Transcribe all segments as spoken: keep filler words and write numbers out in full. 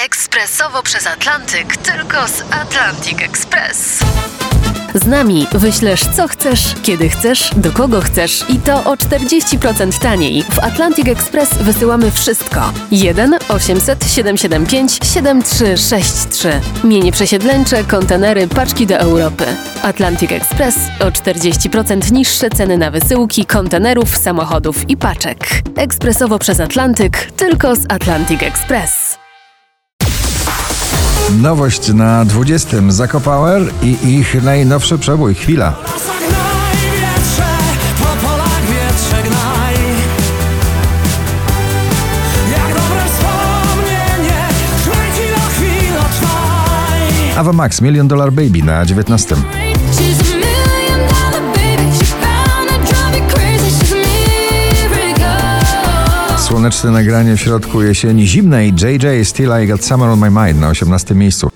Ekspresowo przez Atlantyk, tylko z Atlantic Express. Z nami wyślesz co chcesz, kiedy chcesz, do kogo chcesz i to o czterdzieści procent taniej. W Atlantic Express wysyłamy wszystko. jeden osiemset siedemset siedemdziesiąt pięć siedemdziesiąt trzy sześćdziesiąt trzy. Mienie przesiedleńcze, kontenery, paczki do Europy. Atlantic Express o czterdzieści procent niższe ceny na wysyłki, kontenerów, samochodów i paczek. Ekspresowo przez Atlantyk, tylko z Atlantic Express. Nowość na dwudziestym Zako Power i ich najnowszy przebój Chwila. Ava Max, Million Dollar Baby na dziewiętnastym. Słoneczne nagranie w środku jesieni zimnej J J Still I Got Summer on My Mind na osiemnastym miejscu.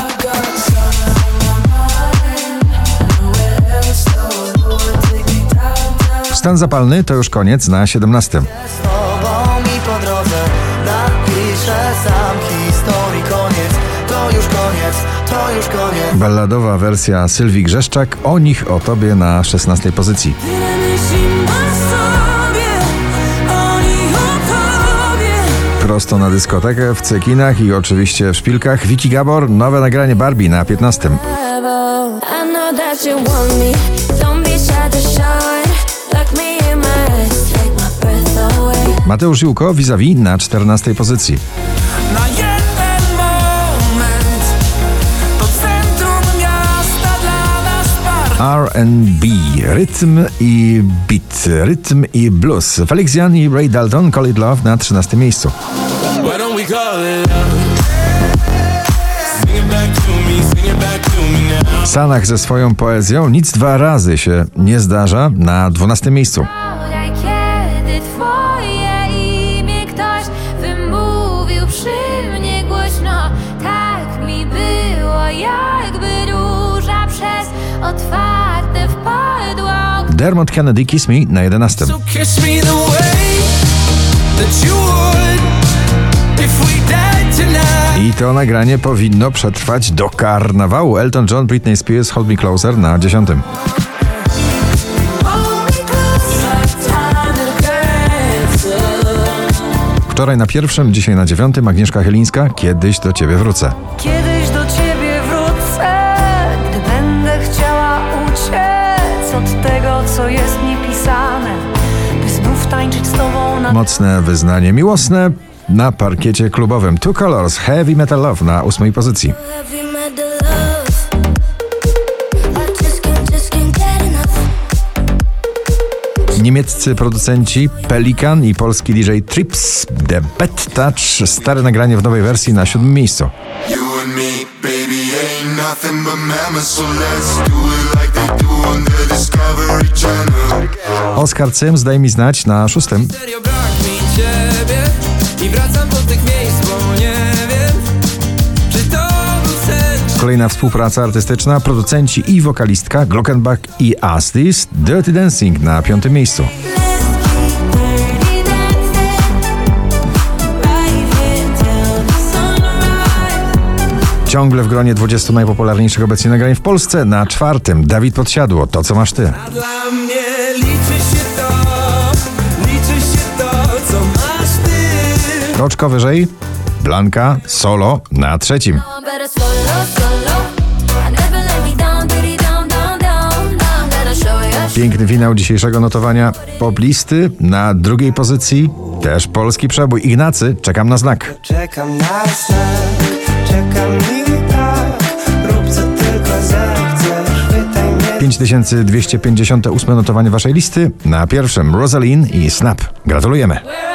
Stan zapalny to już koniec na siedemnastym. Balladowa wersja Sylwii Grzeszczak, O nich, o tobie na szesnastej pozycji. Prosto na dyskotekę, w cekinach i oczywiście w szpilkach Vicky Gabor, nowe nagranie Barbie na piętnastym. Mateusz Ziółko, Vis-a-vis na czternastej pozycji. Na jeden moment to centrum miasta dla nas R and B, rytm i beat, rytm i blues. Felix Jan i Ray Dalton, Call It Love na trzynastym miejscu. Sanach ze swoją poezją Nic dwa razy się nie zdarza na dwunastym miejscu. Dermot Kennedy, Kiss Me na jedenastym. I to nagranie powinno przetrwać do karnawału. Elton John, Britney Spears, Hold Me Closer na dziesiątym. Wczoraj na pierwszym, dzisiaj na dziewiątym. Agnieszka Chylińska, Kiedyś do ciebie wrócę. Kiedyś do ciebie wrócę, gdy będę chciała uciec od tego, co jest niepisane, by znów tańczyć z tobą na... Mocne wyznanie miłosne na parkiecie klubowym. Two Colors, Heavy Metal Love na ósmej pozycji. Niemieccy producenci Pelikan i polski D J Trips, The Bad Touch, stare nagranie w nowej wersji na siódmym miejscu. Oskar Cyms, Daj mi znać na szóstym. Kolejna współpraca artystyczna, producenci i wokalistka Glockenbach i Astis, Dirty Dancing na piątym miejscu. Ciągle w gronie dwudziestu najpopularniejszych obecnie nagrań w Polsce, na czwartym Dawid Podsiadło, To co masz ty. A dla mnie liczy się to, liczy się to, co masz ty. Troszkę wyżej Blanka, Solo na trzecim. Piękny finał dzisiejszego notowania poplisty. Na drugiej pozycji też polski przebój Ignacy, Czekam na znak. Czekam na znak, czekam i tak, rób co tylko zechcesz, pytaj mnie. pięć tysięcy dwieście pięćdziesiąte ósme notowanie waszej listy. Na pierwszym Rosaline i Snap. Gratulujemy.